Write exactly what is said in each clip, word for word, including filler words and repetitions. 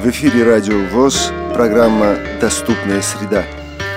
В эфире Радио ВОС, программа «Доступная среда».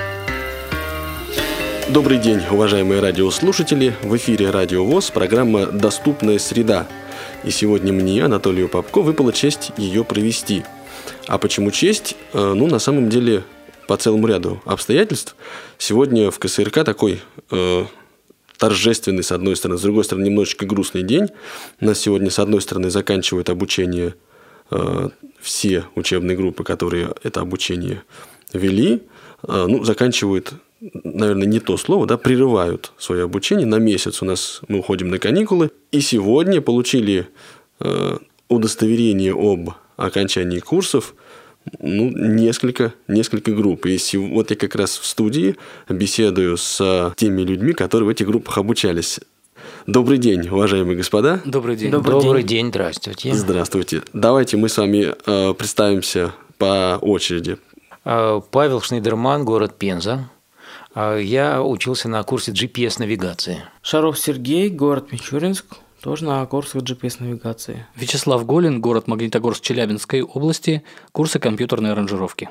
Добрый день, уважаемые радиослушатели. В эфире Радио ВОС, программа «Доступная среда». И сегодня мне, Анатолию Попко, выпала честь ее провести. А почему честь? Ну, на самом деле, по целому ряду обстоятельств. Сегодня в ка эс эр ка такой э, торжественный, с одной стороны, с другой стороны, немножечко грустный день. У нас сегодня, с одной стороны, заканчивают обучение э, все учебные группы, которые это обучение вели. Э, ну, заканчивают, наверное, не то слово, да, прерывают свое обучение. На месяц у нас мы уходим на каникулы. И сегодня получили э, удостоверение об окончании курсов ну, несколько, несколько групп. И вот я как раз в студии беседую с теми людьми, которые в этих группах обучались. Добрый день, уважаемые господа. Добрый день. Добрый, Добрый день. день, здравствуйте. Здравствуйте. Давайте мы с вами э, представимся по очереди. Павел Шнейдерман, город Пенза. Я учился на курсе джи пи эс-навигации. Шаров Сергей, город Мичуринск. Тоже на курсах джи пи эс-навигации. Вячеслав Голин, город Магнитогорск Челябинской области, курсы компьютерной аранжировки.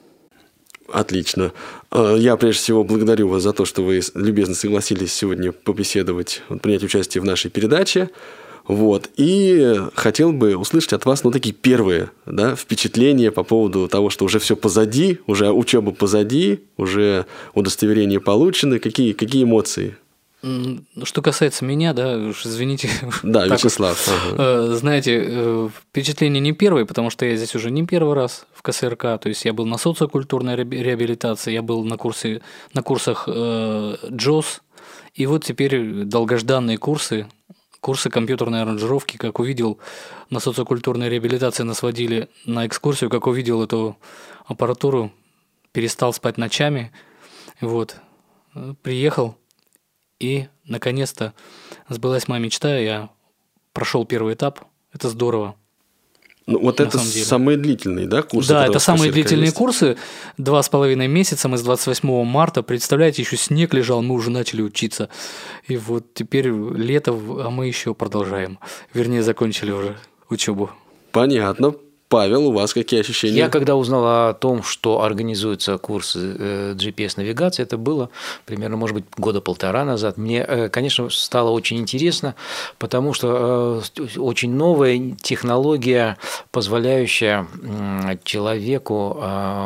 Отлично. Я прежде всего благодарю вас за то, что вы любезно согласились сегодня побеседовать, принять участие в нашей передаче. Вот. И хотел бы услышать от вас ну, такие первые да, впечатления по поводу того, что уже все позади, уже учеба позади, уже удостоверения получены. Какие, какие эмоции? Что касается меня, да, уж извините. Да, Вячеслав. Вот, ага. Знаете, впечатление не первое, потому что я здесь уже не первый раз в ка эс эр ка, то есть я был на социокультурной реабилитации, я был на, курсе, на курсах джоус, и вот теперь долгожданные курсы, курсы компьютерной аранжировки, как увидел на социокультурной реабилитации, нас водили на экскурсию, как увидел эту аппаратуру, перестал спать ночами, вот, приехал. И, наконец-то, сбылась моя мечта, я прошел первый этап. Это здорово. Ну, вот это самые длительные, да, курсы? Да, это самые длительные есть? Курсы. Два с половиной месяца, мы с двадцать восьмого марта. Представляете, еще снег лежал, мы уже начали учиться. И вот теперь лето, а мы еще продолжаем. Вернее, закончили уже учебу. Понятно. Павел, у вас какие ощущения? Я когда узнал о том, что организуются курсы джи пи эс-навигации, это было примерно, может быть, года полтора назад, мне, конечно, стало очень интересно, потому что очень новая технология, позволяющая человеку,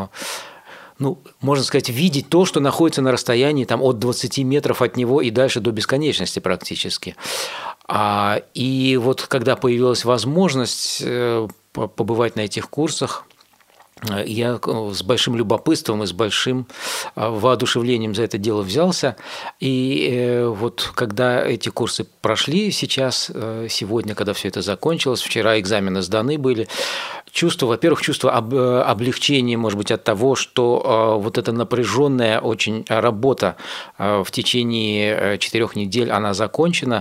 ну, можно сказать, видеть то, что находится на расстоянии там, от двадцати метров от него и дальше до бесконечности практически. И вот когда появилась возможность побывать на этих курсах, я с большим любопытством и с большим воодушевлением за это дело взялся. И вот когда эти курсы прошли сейчас, сегодня, когда все это закончилось, вчера экзамены сданы были, чувство, во-первых, чувство облегчения, может быть, от того, что вот эта напряженная очень работа в течение четырех недель, она закончена.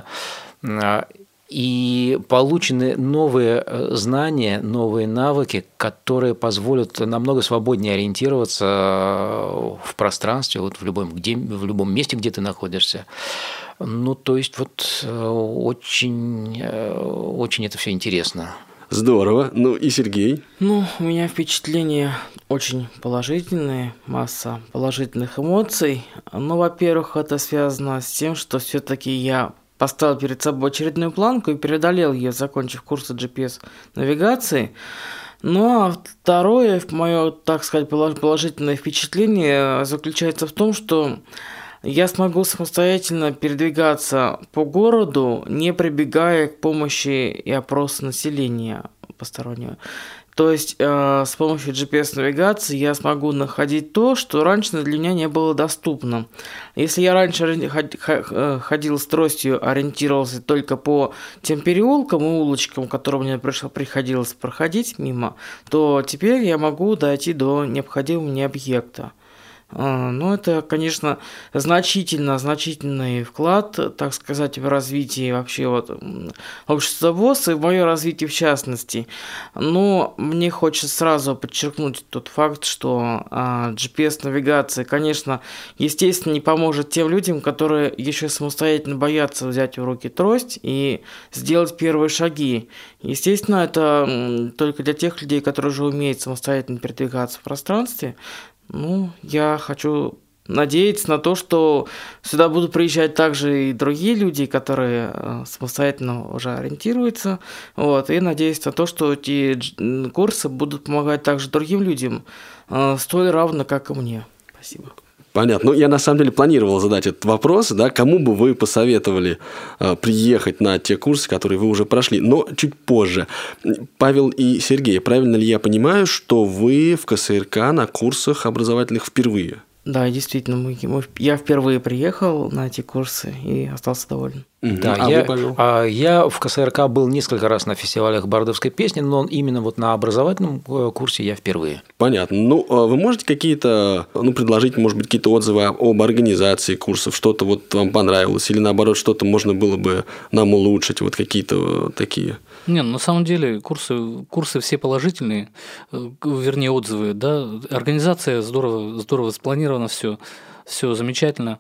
И получены новые знания, новые навыки, которые позволят намного свободнее ориентироваться в пространстве, вот в любом, где, в любом месте, где ты находишься. Ну, то есть, вот очень, очень это все интересно. Здорово. Ну и Сергей? Ну, у меня впечатления очень положительные, масса положительных эмоций. Ну, во-первых, это связано с тем, что все-таки я поставил перед собой очередную планку и преодолел ее, закончив курсы джи пи эс-навигации. Ну, а второе, мое, так сказать, положительное впечатление заключается в том, что я смогу самостоятельно передвигаться по городу, не прибегая к помощи и опросу населения постороннего. То есть э, с помощью джи пи эс-навигации я смогу находить то, что раньше для меня не было доступно. Если я раньше ходил с тростью, ориентировался только по тем переулкам и улочкам, которые мне приходилось проходить мимо, то теперь я могу дойти до необходимого мне объекта. Ну, это, конечно, значительно, значительный вклад, так сказать, в развитие вообще вот общества ВОС и в мое развитие в частности. Но мне хочется сразу подчеркнуть тот факт, что джи пи эс-навигация, конечно, естественно, не поможет тем людям, которые еще самостоятельно боятся взять в руки трость и сделать первые шаги. Естественно, это только для тех людей, которые уже умеют самостоятельно передвигаться в пространстве. Ну, я хочу надеяться на то, что сюда будут приезжать также и другие люди, которые самостоятельно уже ориентируются. Вот, и надеюсь на то, что эти курсы будут помогать также другим людям, столь равно, как и мне. Спасибо. Понятно. Ну, я на самом деле планировал задать этот вопрос, да, кому бы вы посоветовали э, приехать на те курсы, которые вы уже прошли, но чуть позже. Павел и Сергей, правильно ли я понимаю, что вы в ка эс эр ка на курсах образовательных впервые? Да, действительно, мы, мы, я впервые приехал на эти курсы и остался доволен. Да, а я, вы, а, я в ка эс эр ка был несколько раз на фестивалях бардовской песни, но именно вот на образовательном курсе я впервые. Понятно. Ну, вы можете какие-то, ну, предложить, может быть, какие-то отзывы об организации курсов, что-то вот вам понравилось, или наоборот, что-то можно было бы нам улучшить, вот какие-то такие? Не, на самом деле курсы, курсы все положительные, вернее, отзывы, да. Организация здорово, здорово спланирована, все, все замечательно.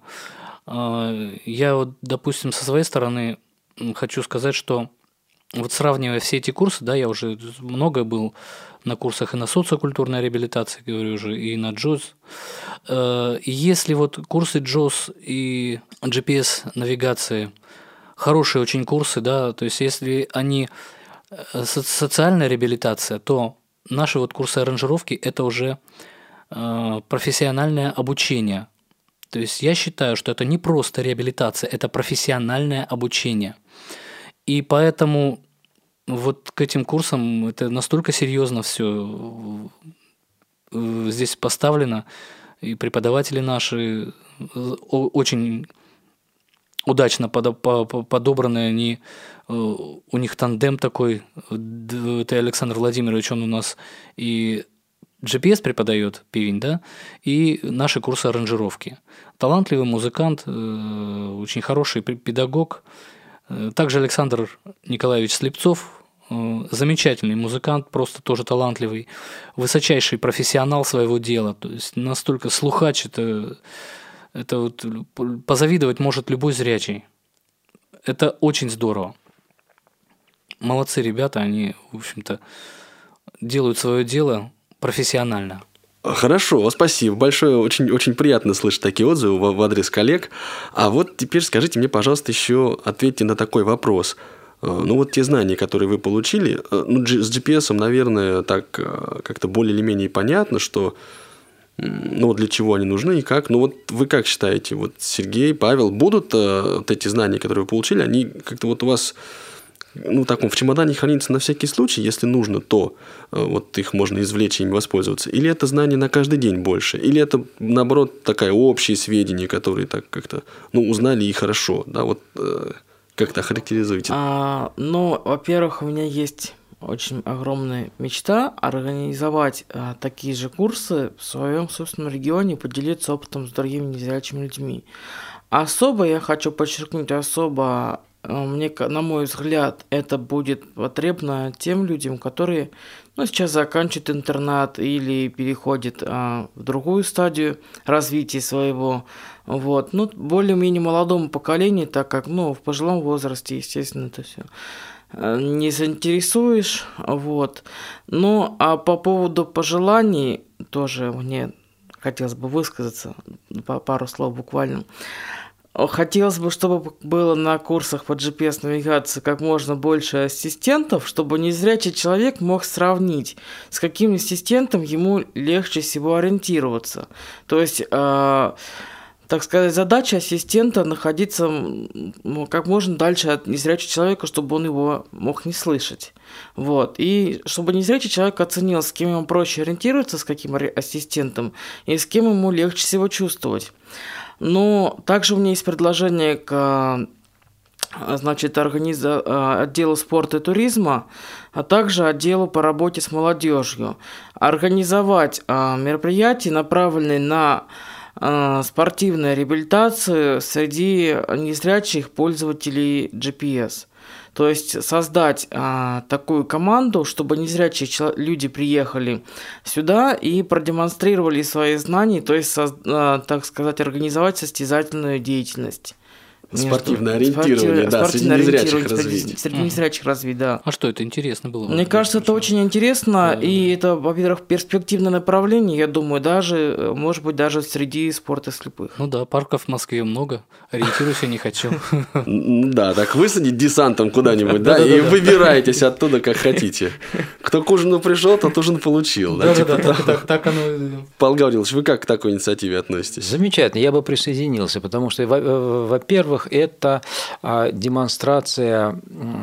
Я вот, допустим, со своей стороны хочу сказать, что вот сравнивая все эти курсы, да, я уже много был на курсах и на социокультурной реабилитации, говорю уже, и на джоз. Если вот курсы джоз и джи пи эс-навигации хорошие очень курсы, да, то есть если они социальная реабилитация, то наши вот курсы аранжировки – это уже профессиональное обучение. То есть я считаю, что это не просто реабилитация, это профессиональное обучение. И поэтому вот к этим курсам это настолько серьезно все здесь поставлено, и преподаватели наши очень удачно подобраны, они, у них тандем такой, это Александр Владимирович, он у нас и джи пи эс преподает, пивень, да, и наши курсы аранжировки. Талантливый музыкант, очень хороший педагог. Также Александр Николаевич Слепцов, замечательный музыкант, просто тоже талантливый, высочайший профессионал своего дела, то есть настолько слухач, это, это вот позавидовать может любой зрячий. Это очень здорово. Молодцы ребята, они, в общем-то, делают свое дело профессионально. Хорошо, спасибо большое. Очень, очень приятно слышать такие отзывы в, в адрес коллег. А вот теперь скажите мне, пожалуйста, еще ответьте на такой вопрос. Ну, вот те знания, которые вы получили, ну, с джи пи эс, наверное, так как-то более или менее понятно, что, ну, для чего они нужны и как. Ну, вот вы как считаете, вот Сергей, Павел, будут вот эти знания, которые вы получили, они как-то вот у вас... ну, в таком, в чемодане хранится на всякий случай, если нужно, то вот их можно извлечь и ими воспользоваться. Или это знание на каждый день больше, или это, наоборот, такая общие сведения, которые так как-то, ну, узнали и хорошо, да, вот как-то охарактеризуйте. А, ну, во-первых, у меня есть очень огромная мечта организовать а, такие же курсы в своем собственном регионе, поделиться опытом с другими незрячими людьми. Особо я хочу подчеркнуть, особо мне, на мой взгляд, это будет потребно тем людям, которые, ну, сейчас заканчивают интернат или переходят а, в другую стадию развития своего, вот, ну, более-менее молодому поколению, так как, ну, в пожилом возрасте, естественно, это все не заинтересуешь, вот. Ну, а по поводу пожеланий тоже мне хотелось бы высказаться, пару слов буквально. Хотелось бы, чтобы было на курсах по джи пи эс-навигации как можно больше ассистентов, чтобы незрячий человек мог сравнить, с каким ассистентом ему легче всего ориентироваться. То есть, э, так сказать, задача ассистента находиться ну, как можно дальше от незрячего человека, чтобы он его мог не слышать. Вот. И чтобы незрячий человек оценил, с кем ему проще ориентироваться, с каким ассистентом, и с кем ему легче всего чувствовать. Но также у меня есть предложение к, значит, организа... отделу спорта и туризма, а также отделу по работе с молодежью. Организовать мероприятия, направленные на э, спортивной реабилитации среди незрячих пользователей джи пи эс. То есть создать а, такую команду, чтобы незрячие чело- люди приехали сюда и продемонстрировали свои знания, то есть, со- а, так сказать, организовать состязательную деятельность. Спортивное ориентирование, да, среди незрячих развить. Среди незрячих развить, да. А что, это интересно было? Мне кажется, это очень интересно, и это, во-первых, перспективное направление, я думаю, даже, может быть, даже среди спорта слепых. Ну да, парков в Москве много, ориентируюсь я не хочу. Да, так высадить десантом куда-нибудь, да, и выбирайтесь оттуда, как хотите. Кто к ужину пришел, тот ужин получил. Да-да-да, так оно... Павел Гаврилович, вы как к такой инициативе относитесь? Замечательно, я бы присоединился, потому что, во-первых, это демонстрация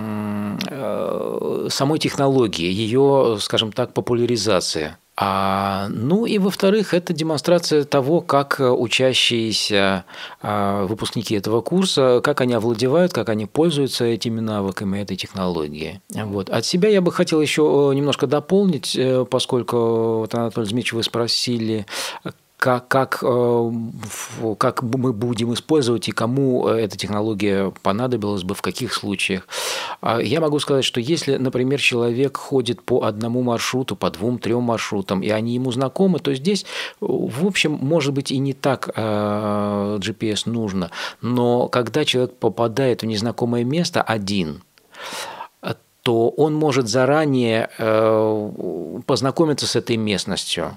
самой технологии, ее, скажем так, популяризация. А, ну и во-вторых, это демонстрация того, как учащиеся а, выпускники этого курса, как они овладевают, как они пользуются этими навыками, этой технологией. Вот. От себя я бы хотел еще немножко дополнить, поскольку, вот, Анатолий Дмитриевич, вы спросили, Как, как, как мы будем использовать и кому эта технология понадобилась бы, в каких случаях. Я могу сказать, что если, например, человек ходит по одному маршруту, по двум-трем маршрутам, и они ему знакомы, то здесь, в общем, может быть, и не так джи пи эс нужно. Но когда человек попадает в незнакомое место один, то он может заранее познакомиться с этой местностью,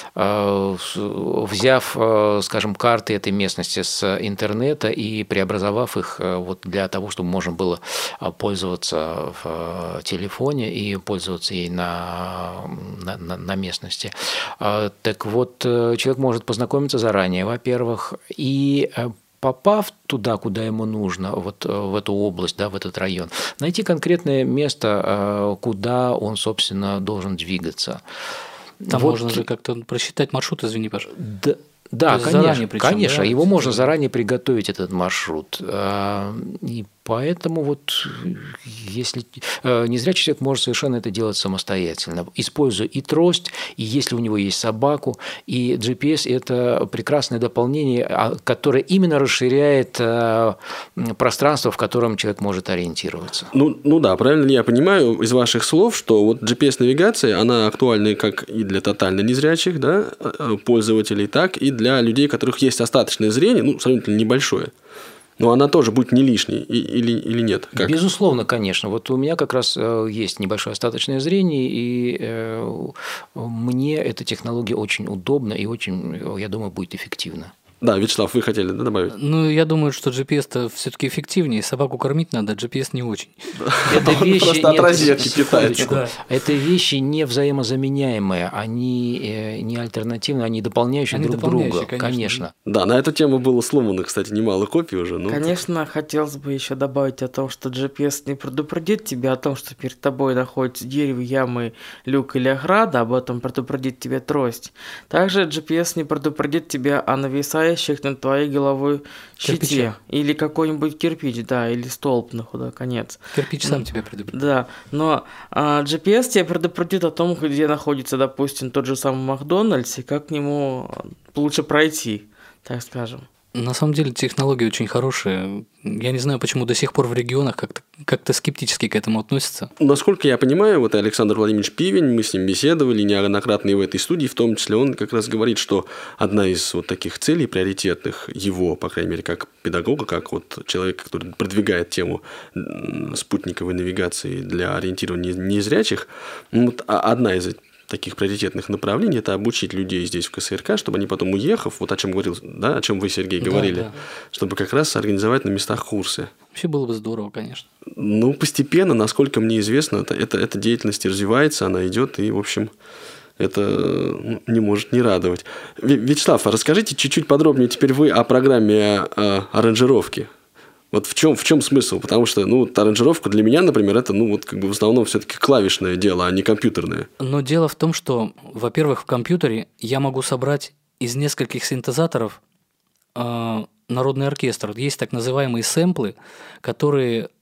взяв, скажем, карты этой местности с интернета и преобразовав их вот для того, чтобы можно было пользоваться в телефоне и пользоваться ей на, на, на местности. Так вот, человек может познакомиться заранее, во-первых, и попав туда, куда ему нужно, вот в эту область, да, в этот район, найти конкретное место, куда он, собственно, должен двигаться. Там вот. Можно же как-то просчитать маршрут, извини, пожалуйста. Да, да, конечно, причем, конечно, да? Его можно заранее приготовить, этот маршрут. И поэтому вот если незрячий человек может совершенно это делать самостоятельно, используя и трость, и если у него есть собаку, и джи пи эс – это прекрасное дополнение, которое именно расширяет пространство, в котором человек может ориентироваться. Ну, ну да, правильно ли я понимаю из ваших слов, что вот джи пи эс-навигация, она актуальна как и для тотально незрячих, да, пользователей, так и для людей, у которых есть остаточное зрение, ну, сравнительно небольшое. Но она тоже будет не лишней или, или нет? Как? Безусловно, конечно. Вот у меня как раз есть небольшое остаточное зрение, и мне эта технология очень удобна и очень, я думаю, будет эффективна. Да, Вячеслав, вы хотели добавить? Ну, я думаю, что джи пи эс-то все-таки эффективнее. Собаку кормить надо, джи пи эс не очень. Это вещи просто от розетки питается. Это вещи не взаимозаменяемые, они не альтернативные, они дополняющие друг друга. Конечно. Да, на эту тему было сломано, кстати, немало копий уже. Конечно, хотелось бы еще добавить о том, что джи пи эс не предупредит тебя о том, что перед тобой находится дерево, ямы, люк или ограда, об этом предупредит тебя трость. Также джи пи эс не предупредит тебя о нависающих над твоей головой щите. Кирпича. Или какой-нибудь кирпич, да, или столб на худой конец. Кирпич сам тебя предупредит. Да, но а, джи пи эс тебя предупредит о том, где находится, допустим, тот же самый Макдональдс, и как к нему лучше пройти, так скажем. На самом деле технология очень хорошая. Я не знаю, почему до сих пор в регионах как-то, как-то скептически к этому относятся. Насколько я понимаю, вот Александр Владимирович Пивень, мы с ним беседовали неоднократно и в этой студии, в том числе он как раз говорит, что одна из вот таких целей приоритетных его, по крайней мере, как педагога, как вот человека, который продвигает тему спутниковой навигации для ориентирования незрячих, вот одна из таких приоритетных направлений – это обучить людей здесь, в ка эс эр ка, чтобы они потом, уехав, вот о чем говорил, да, о чем вы, Сергей, говорили, да, да. чтобы как раз организовать на местах курсы. Вообще было бы здорово, конечно. Ну, постепенно, насколько мне известно, это, это, эта деятельность развивается, она идет, и, в общем, это ну, не может не радовать. Вячеслав, расскажите чуть-чуть подробнее теперь вы о программе э, аранжировки. Вот в чем, в чем смысл? Потому что, ну, аранжировка для меня, например, это, ну, вот как бы в основном все-таки клавишное дело, а не компьютерное. Но дело в том, что, во-первых, в компьютере я могу собрать из нескольких синтезаторов э, народный оркестр. Есть так называемые сэмплы, которые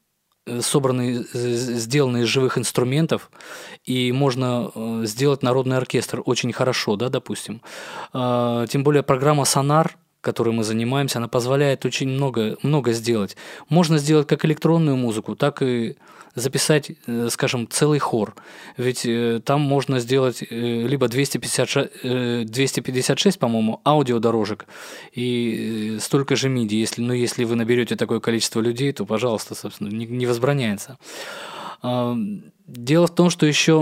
собраны, сделаны из живых инструментов, и можно сделать народный оркестр очень хорошо, да, допустим. Тем более программа «Сонар», которой мы занимаемся, она позволяет очень много, много сделать. Можно сделать как электронную музыку, так и записать, скажем, целый хор. Ведь там можно сделать либо двести пятьдесят шесть, двести пятьдесят шесть, по-моему, аудиодорожек и столько же миди. Если, ну, если вы наберете такое количество людей, то, пожалуйста, собственно, не, не возбраняется. Дело в том, что еще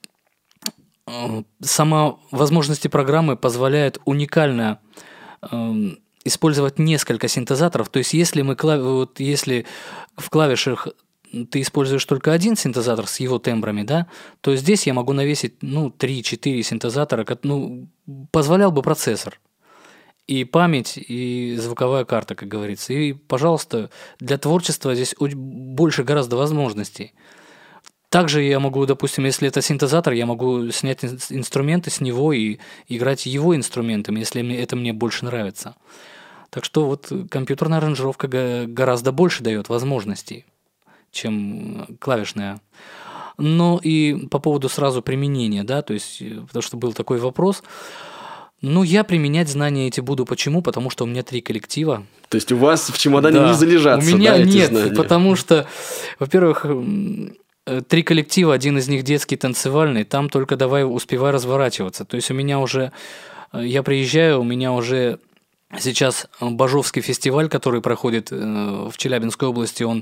сама возможности программы позволяет уникально использовать несколько синтезаторов. То есть, если, мы клав... вот если в клавишах ты используешь только один синтезатор с его тембрами, да, то здесь я могу навесить ну, три-четыре синтезатора, ну, позволял бы процессор. И память, и звуковая карта, как говорится. И, пожалуйста, для творчества здесь больше гораздо возможностей. Также я могу, допустим, если это синтезатор, я могу снять инструменты с него и играть его инструментами, если это мне больше нравится. Так что вот компьютерная аранжировка гораздо больше дает возможностей, чем клавишная. Но и по поводу сразу применения, да, то есть, потому что был такой вопрос. Ну, я применять знания эти буду. Почему? Потому что у меня три коллектива. То есть у вас в чемодане да. не залежатся, у меня да, эти нет, знания? Потому что, во-первых, три коллектива, один из них детский, танцевальный, там только давай успевай разворачиваться. То есть у меня уже, я приезжаю, у меня уже сейчас Бажовский фестиваль, который проходит в Челябинской области, он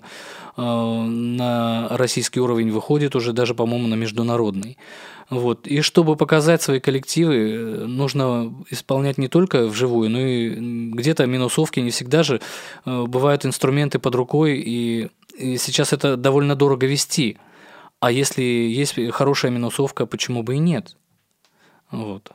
на российский уровень выходит уже даже, по-моему, на международный. Вот. И чтобы показать свои коллективы, нужно исполнять не только вживую, но и где-то минусовки. Не всегда же бывают инструменты под рукой, и, и сейчас это довольно дорого вести. А если есть хорошая минусовка, почему бы и нет? Вот.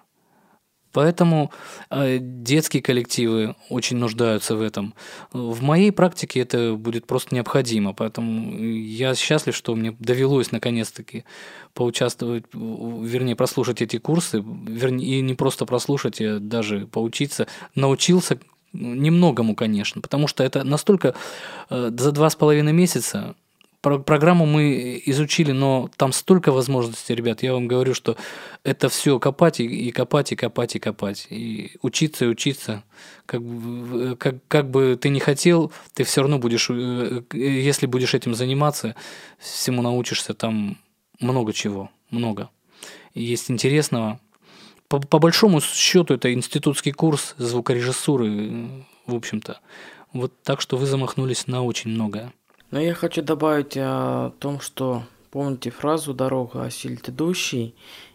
Поэтому детские коллективы очень нуждаются в этом. В моей практике это будет просто необходимо. Поэтому я счастлив, что мне довелось наконец-таки поучаствовать, вернее, прослушать эти курсы. Вернее, и не просто прослушать, а даже поучиться. Научился немногому, конечно, потому что это настолько за два с половиной месяца. Программу мы изучили, но там столько возможностей, ребят. Я вам говорю, что это все копать и копать, и копать, и копать. И учиться, и учиться. Как, как, как бы ты ни хотел, ты все равно будешь, если будешь этим заниматься, всему научишься. Там много чего, много. И есть интересного. По, по большому счету, это институтский курс звукорежиссуры, в общем-то. Вот так что вы замахнулись на очень многое. Но я хочу добавить о том, что помните фразу «дорога осилит идущий»,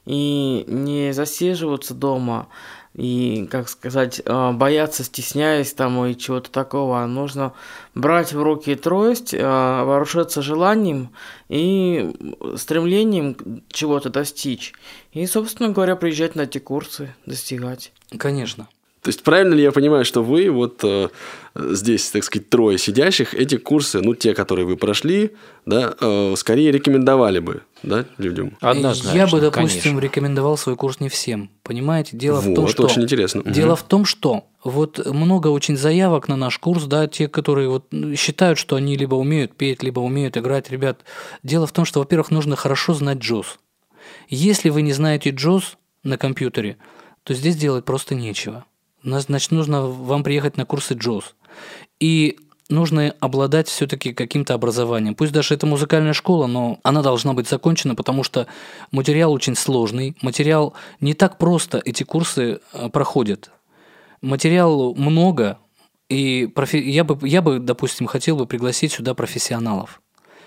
и не засиживаться дома, и, как сказать, бояться, стесняясь там и чего-то такого. Нужно брать в руки трость, вооружиться желанием и стремлением чего-то достичь. И, собственно говоря, приезжать на эти курсы, достигать. Конечно. То есть правильно ли я понимаю, что вы вот э, здесь, так сказать, трое сидящих, эти курсы, ну, те, которые вы прошли, да, э, скорее рекомендовали бы, да, людям? Однозначно, я бы, допустим, конечно. рекомендовал свой курс не всем. Понимаете? Дело вот, в том, что... очень интересно. Дело угу. в том, что вот много очень заявок на наш курс, да, те, которые вот считают, что они либо умеют петь, либо умеют играть. Ребят, дело в том, что, во-первых, нужно хорошо знать джоз. Если вы не знаете джоз на компьютере, то здесь делать просто нечего. Значит, нужно вам приехать на курсы джоз. И нужно обладать все-таки каким-то образованием. Пусть даже это музыкальная школа, но она должна быть закончена, потому что материал очень сложный. Материал не так просто эти курсы проходят. Материалу много, и профи... я, бы, я бы, допустим, хотел бы пригласить сюда профессионалов.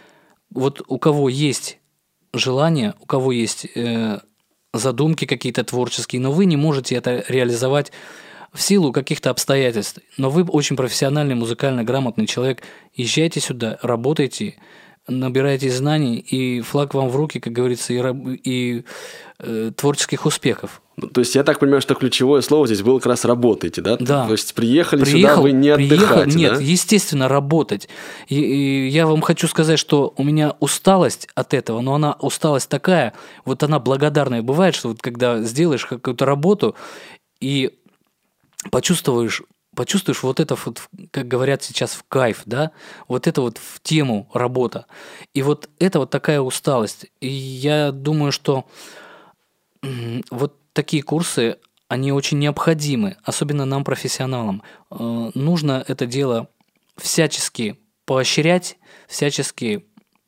Вот у кого есть желание, у кого есть э, задумки какие-то творческие, но вы не можете это реализовать в силу каких-то обстоятельств. Но вы очень профессиональный, музыкально грамотный человек. Езжайте сюда, работайте, набирайте знаний, и флаг вам в руки, как говорится, и, и э, творческих успехов. То есть я так понимаю, что ключевое слово здесь было как раз «работаете», да? Да. То есть приехали Приехал, сюда, вы не приехал, отдыхаете, нет, да? естественно, работать. И, и я вам хочу сказать, что у меня усталость от этого, но она усталость такая, вот она благодарная. Бывает, что вот когда сделаешь какую-то работу и почувствуешь почувствуешь вот это, вот, как говорят сейчас, в кайф, да, вот это вот в тему работа. И вот это вот такая усталость. И я думаю, что вот такие курсы, они очень необходимы, особенно нам, профессионалам. Нужно это дело всячески поощрять, всячески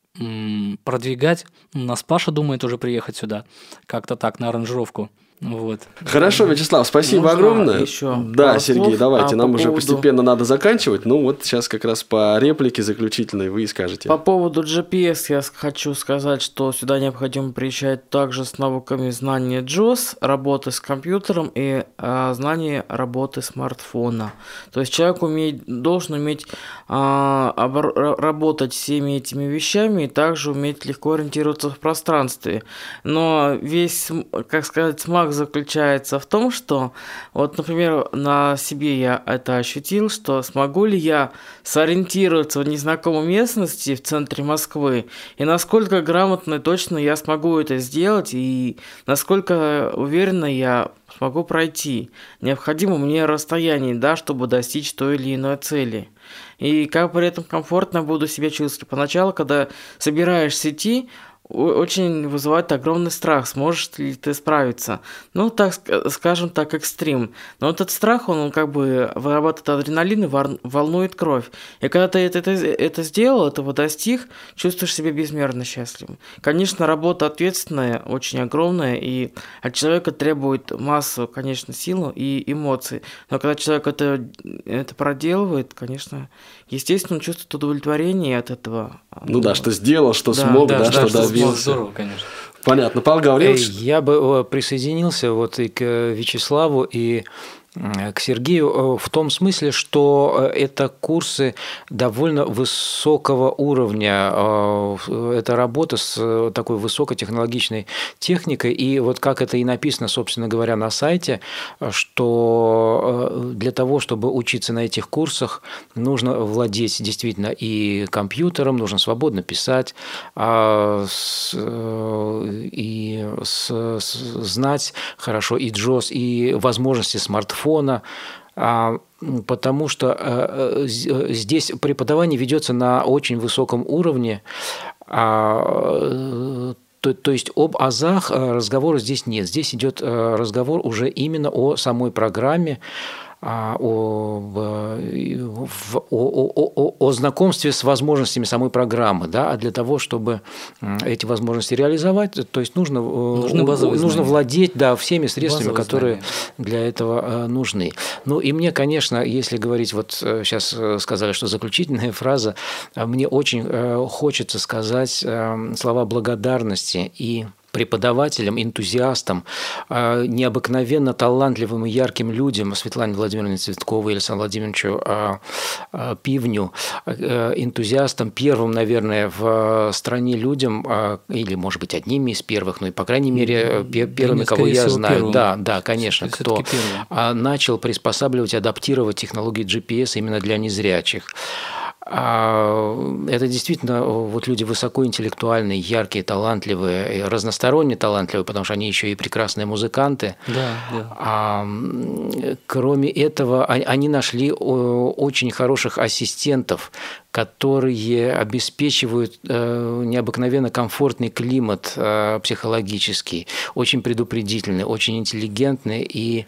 продвигать. У нас Паша думает уже приехать сюда, как-то так, на аранжировку. Вот. Хорошо, Вячеслав, спасибо Можно огромное. еще да, пару Сергей, слов? давайте, А нам по уже поводу- постепенно надо заканчивать. Ну вот сейчас как раз по реплике заключительной вы и скажете. По поводу джи пи эс я с- хочу сказать, что сюда необходимо приезжать также с навыками знания джос, работы с компьютером и а, знания работы смартфона. То есть человек умеет, должен уметь а, обор- ра- работать всеми этими вещами и также уметь легко ориентироваться в пространстве. Но весь, см- как сказать, смак заключается в том, что вот, например, на себе я это ощутил, что смогу ли я сориентироваться в незнакомой местности в центре Москвы, и насколько грамотно и точно я смогу это сделать, и насколько уверенно я смогу пройти необходимо мне расстояние, да, чтобы достичь той или иной цели. И как при этом комфортно буду себя чувствовать. Поначалу, когда собираешься идти, о- очень вызывает огромный страх, сможешь ли ты справиться. Ну, так ска- скажем так, экстрим. Но этот страх, он, он как бы вырабатывает адреналин и вар- волнует кровь. И когда ты это, это, это сделал, этого достиг, чувствуешь себя безмерно счастливым. Конечно, работа ответственная, очень огромная, и от человека требует массу, конечно, сил и эмоций. Но когда человек это, это проделывает, конечно, естественно, он чувствует удовлетворение от этого. Ну да, что сделал, что Да, смог, да, да, что да, что добился. смог, здорово, конечно. Понятно. Павел Э, Гаврилович, Я бы э, присоединился вот и к Вячеславу, и м, к Сергею э, в том смысле, что э, это курсы довольно высокого уровня. э, Это работа с э, такой высокотехнологичной техникой. И вот как это и написано, собственно говоря, на сайте, э, что э, для того, чтобы учиться на этих курсах, нужно владеть действительно и компьютером, нужно свободно писать, а, с, э, и с- с- знать хорошо и джос, и возможности смартфона, а, м, потому что э, э, з- здесь преподавание ведется на очень высоком уровне. а, э, То, то есть об азах э, разговора здесь нет. Здесь идет э, разговор уже именно о самой программе, а, о, в- в- о, о- о- о знакомстве с возможностями самой программы, да, а для того, чтобы м, эти возможности реализовать, то есть нужно, э, Нужны базовые нужно знания. владеть, да, всеми средствами, Базовые которые знания. для этого э, нужны. Ну и мне, конечно, если говорить, вот сейчас сказали, что заключительная фраза, а мне очень э, хочется сказать э, слова благодарности и преподавателям, энтузиастам, э, необыкновенно талантливым и ярким людям, Светлане Владимировне Цветковой и Александру Владимировичу э, э, Пивню, э, энтузиастам, первым, наверное, в стране людям, э, или, может быть, одними из первых, ну и, по крайней мере, пе- первыми, нет, кого скорее я всего, знаю. первым. Да, да, конечно, Всё-таки кто первым. а, начал приспосабливать, адаптировать технологии джи пи эс именно для незрячих. А, Это действительно вот люди высокоинтеллектуальные, яркие, талантливые, и разносторонне талантливые, потому что они еще и прекрасные музыканты. Да, да. А, м, кроме этого, о- они нашли о, очень хороших ассистентов, которые обеспечивают э, необыкновенно комфортный климат э, психологический, очень предупредительный, очень интеллигентный, и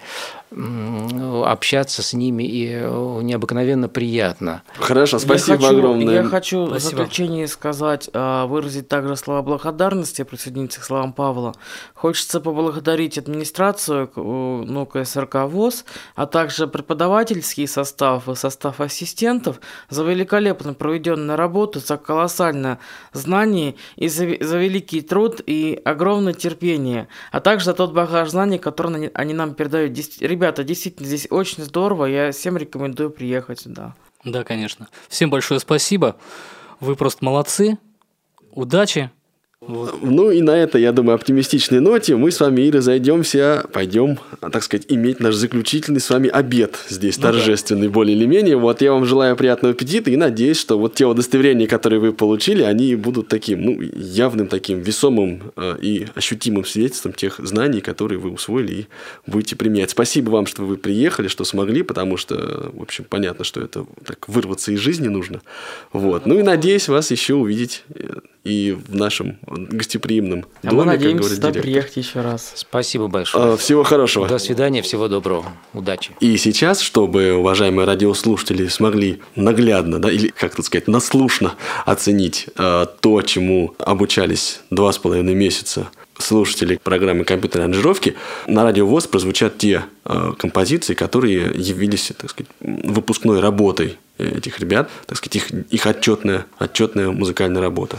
м, общаться с ними и э, необыкновенно приятно. хорошо, спасибо я хочу, огромное. Я хочу Спасибо. в заключение сказать, а, выразить также слова благодарности, присоединиться к словам Павла. Хочется поблагодарить администрацию, к- у- ну, ка эс эр ка ВОС, а также преподавательский состав и состав ассистентов за великолепно проведенную работу, за колоссальное знание и за, ве- за великий труд и огромное терпение, а также за тот багаж знаний, который они, они нам передают. Дес- Ребята, действительно, здесь очень здорово, я всем рекомендую приехать сюда. Да, конечно. Всем большое спасибо. Вы просто молодцы. Удачи. Вот. Ну и на этой, я думаю, оптимистичной ноте мы с вами и разойдемся, пойдем, так сказать, иметь наш заключительный с вами обед здесь, ну, торжественный, да. Более или менее. Вот я вам желаю приятного аппетита и надеюсь, что вот те удостоверения, которые вы получили, они будут таким, ну, явным таким весомым э, и ощутимым свидетельством тех знаний, которые вы усвоили и будете применять. Спасибо вам, что вы приехали, что смогли, потому что, в общем, понятно, что это так вырваться из жизни нужно. Вот. Ну и надеюсь вас еще увидеть и в нашем гостеприимном а доме, мы надеемся как сюда говорит приехать еще раз. Спасибо большое. Всего хорошего. До свидания, всего доброго. Удачи. И сейчас, чтобы уважаемые радиослушатели смогли наглядно, да, или, как тут сказать, наслушно оценить э, то, чему обучались два с половиной месяца слушатели программы компьютерной аранжировки, на Радио ВОС прозвучат те э, композиции, которые явились, так сказать, выпускной работой этих ребят, так сказать, их, их отчетная, отчетная музыкальная работа.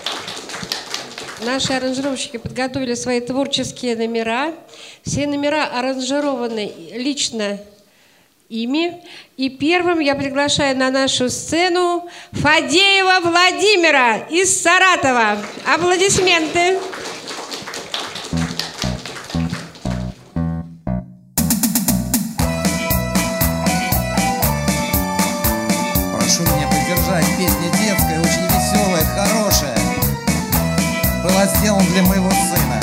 Наши аранжировщики подготовили свои творческие номера. Все номера аранжированы лично ими. И первым я приглашаю на нашу сцену Фадеева Владимира из Саратова. Аплодисменты. Прошу меня поддержать. Песня детская, очень веселая, хорошая. Была сделана для моего сына.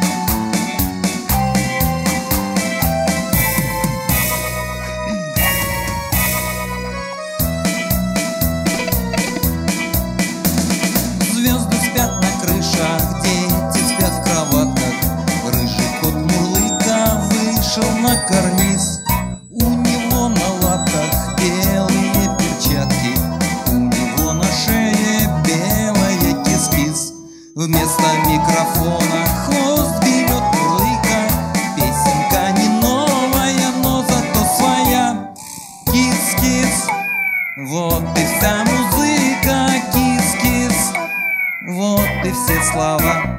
Звезды спят на крышах, дети спят в кроватках. Рыжий кот Мурлыка вышел на карниз. У него на лапках белые перчатки, у него на шее белая кис-кис. Вместо микрофона хвост берет Мурлыка. Песенка не новая, но зато своя. Кис-кис, вот и вся музыка. Кис-кис, вот и все слова.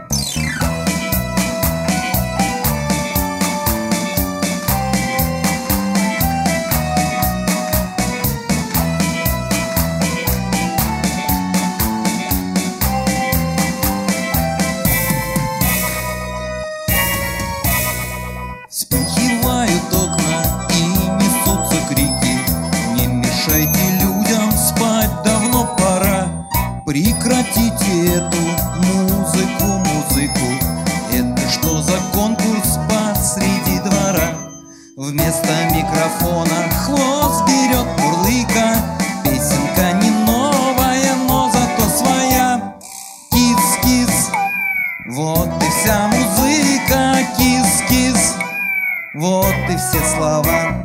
Вспыхивают окна и несутся крики. Не мешайте людям спать, давно пора. Прекратите эту музыку, музыку. Это что за конкурс посреди двора? Вместо микрофона хвост берет Мурлыка. Песенка не новая, но зато своя. Кис-кис, вот и вся музыка. Кис-кис, вот и все слова.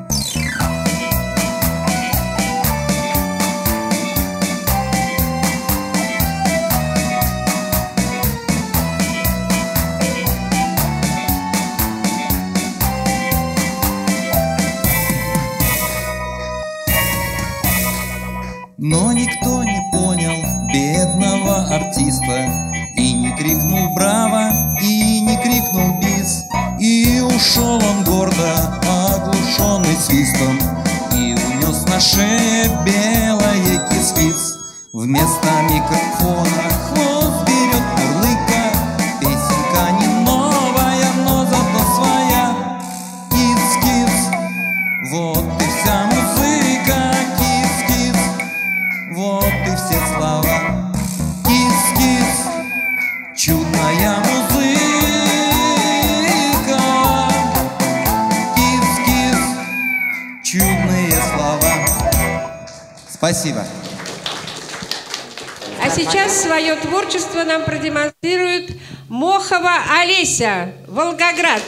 Но никто не понял бедного артиста, и не крикнул браво, и не крикнул бис. И ушел он гордо, оглушенный свистом, и унес на шее белое кис-кис. Вместо микрофона хвост берет Мурлыка. Песенка не новая, но зато своя. Кис-кис, вот и вся музыка. Кис-кис, вот и все слова. Кис-кис, чудная музыка. Кис-кис, чудные слова. Спасибо. А сейчас свое творчество нам продемонстрирует Мохова Олеся, Волгоград.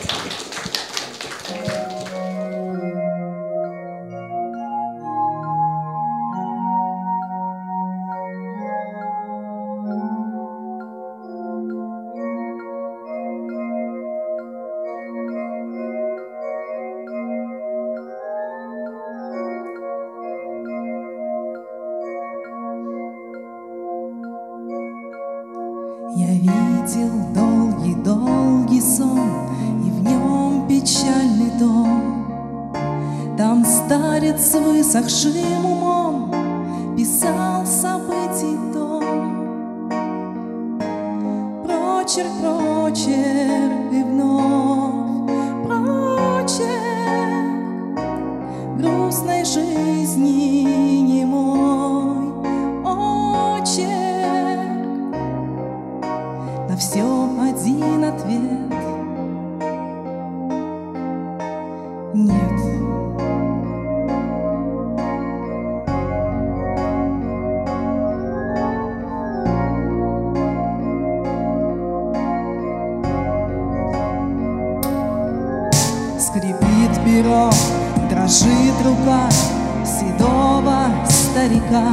Я видел долгий-долгий сон, и в нем печальный дом. Там старец с высохшим умом писал событий том. Прочерк, прочерк и вновь прочерк грустной жизни немой очерк. На все один ответ — нет. Скрипит перо, дрожит рука седого старика.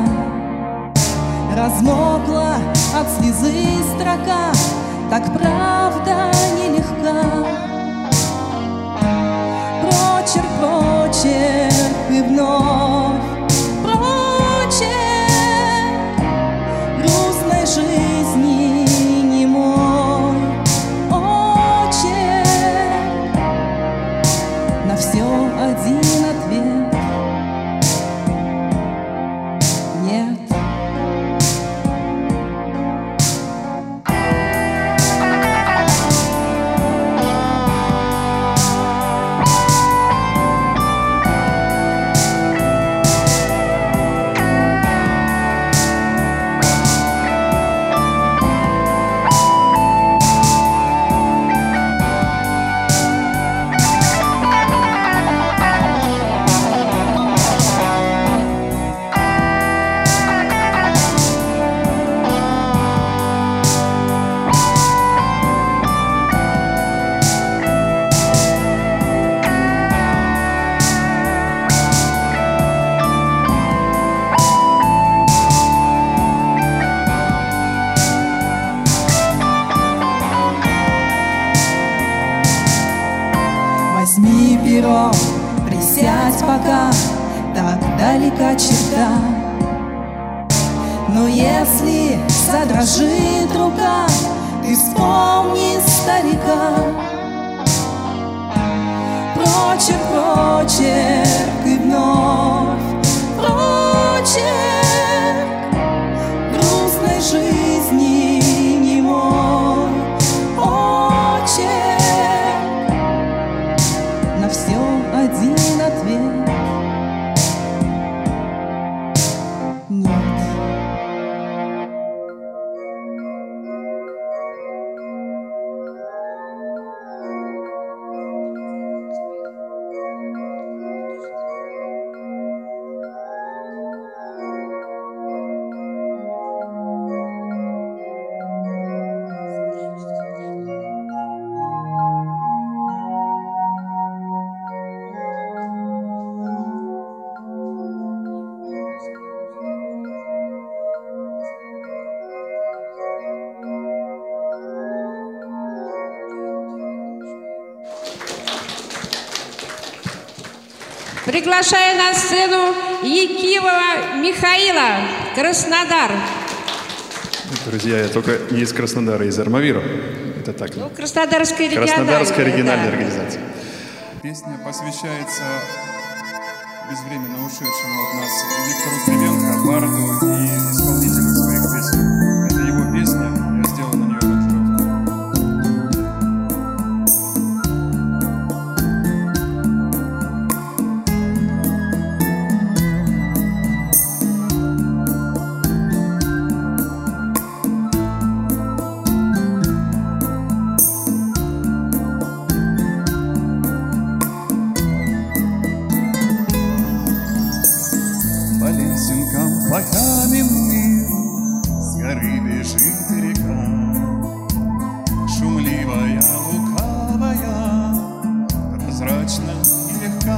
Размокла от слезы строка, так правда нелегка. Прочерк, прочерк и вновь прочерк грустной жизни немой очерк. На все один ответ — нет. Возьми перо, присядь пока, так далека черта. Но если задрожит рука, ты вспомни старика. Прочерк, прочерк и вновь прочерк грустной жизни немой очерк. На все один ответ — нет. Приглашаю на сцену Якимова Михаила, Краснодар. Друзья, я только не из Краснодара, из Армавира. Это так. Ну, Краснодарская региональная. Краснодарская региональная да. организация. Песня посвящается безвременно ушедшему от нас Виктору Кривенко, барду и исполнителю своих песен. Это его песня, я сделал на нее аранжировку. По каменным с горы бежит река, шумливая, лукавая, прозрачна и легка,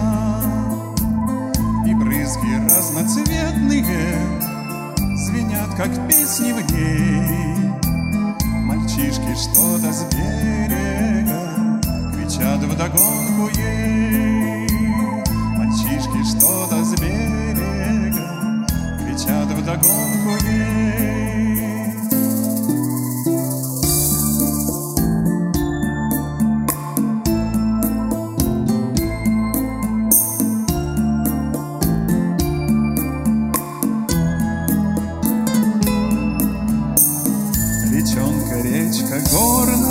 и брызги разноцветные звенят, как песни в ней. Мальчишки что-то с берега кричат вдогонку ей. Мальчишки что-то с берега кричат вдогонку ей. Речонка, речка горная,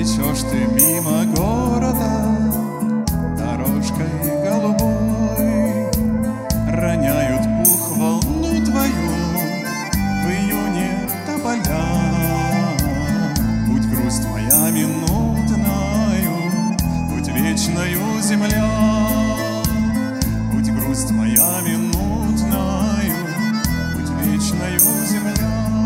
течешь ты мимо города дорожкой голубой, роняют пух волну твою в июне тополя. Будь грусть моя минутною, будь вечною земля, будь грусть моя минутною, будь вечною земля.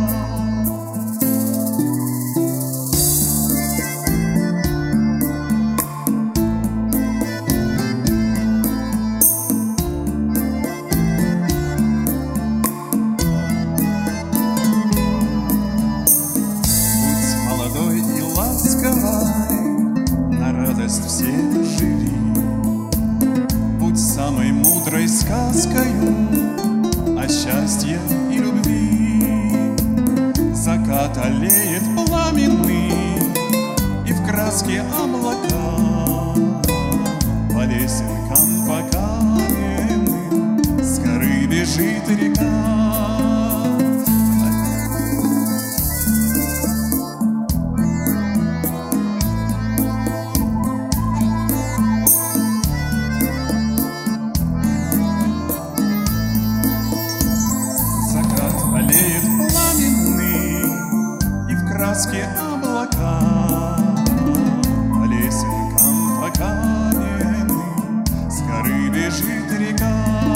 Сказкою о счастье и любви. Закат аллеет пламенный, и в краске облака по лесенкам, по каменным с горы бежит река. Облака по лесенкам, по каменным с горы бежит река.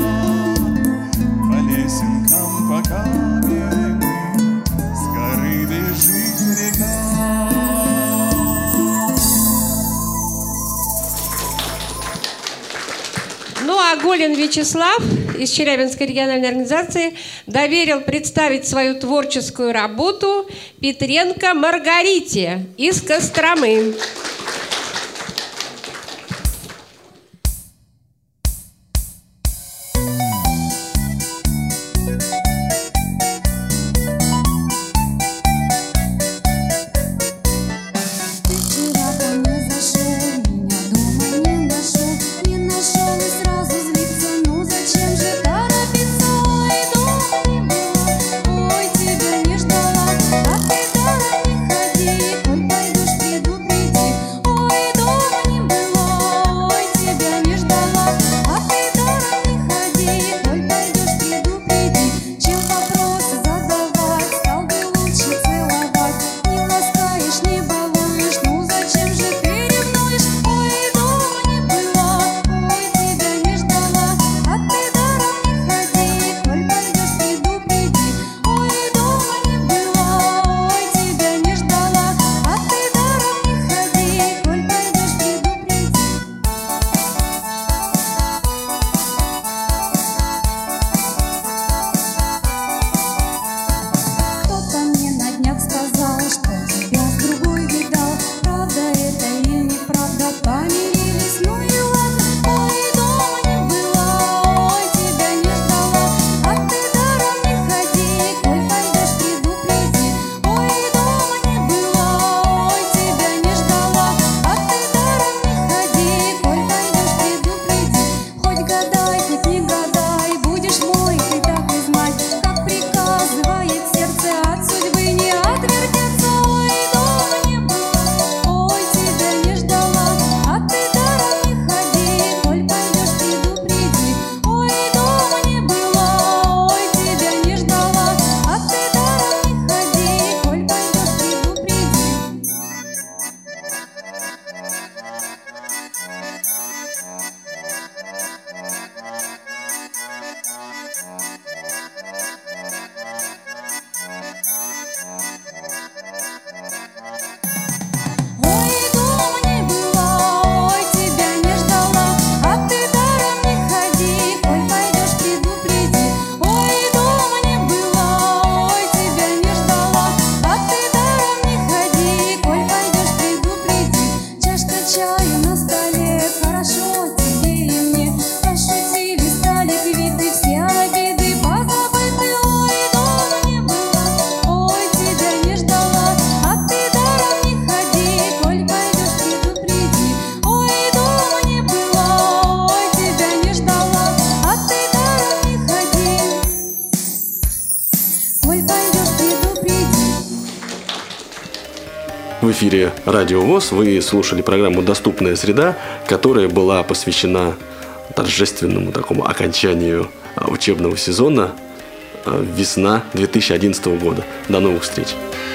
По лесенкам, по каменным с горы бежит река. Ну а Голин Вячеслав из Челябинской региональной организации доверил представить свою творческую работу Петренко Маргарите из Костромы. Ой, тебя не ждала, а ты, дорогой, ходи, коль пойдешь, придут, приди. В эфире Радио ВОС вы слушали программу «Доступная среда», которая была посвящена торжественному такому окончанию учебного сезона весна две тысячи одиннадцатого года. До новых встреч!